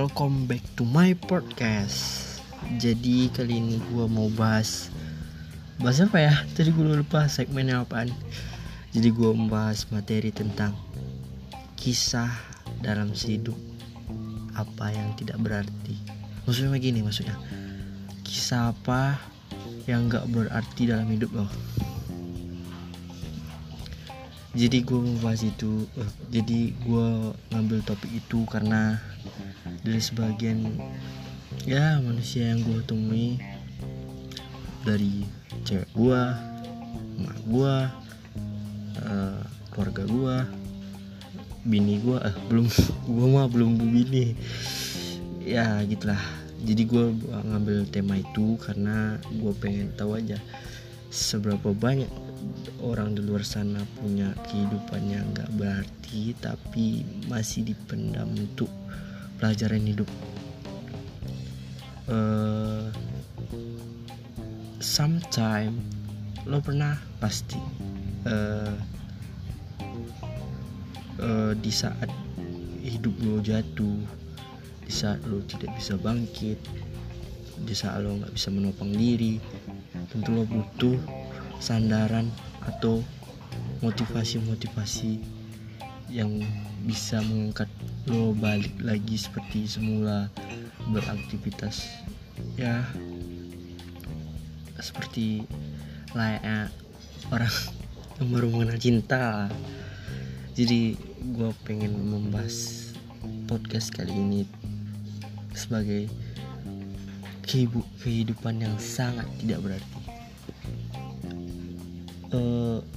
welcome back to my podcast. Jadi kali ini gue mau bahas apa ya? Tadi gue lupa segmennya apaan. Jadi gue membahas materi tentang kisah dalam hidup apa yang tidak berarti. Maksudnya kisah apa yang gak berarti dalam hidup lo. Jadi gue membahas itu. Jadi gue ngambil topik itu karena dari sebagian manusia yang gue temui, dari cewek gue, emak gue, keluarga gue, bini gue, belum bini. Ya gitulah. Jadi gue ngambil tema itu karena gue pengen tahu aja seberapa banyak orang di luar sana punya kehidupan yang gak berarti tapi masih dipendam untuk pelajaran hidup. Sometime lo pernah pasti di saat hidup lo jatuh, di saat lo tidak bisa bangkit, di saat lo gak bisa menopang diri, tentu lo butuh sandaran atau motivasi yang bisa mengangkat lo balik lagi seperti semula beraktivitas, ya seperti layaknya orang yang baru mengenal cinta. Jadi gue pengen membahas podcast kali ini sebagai kehidupan yang sangat tidak berarti.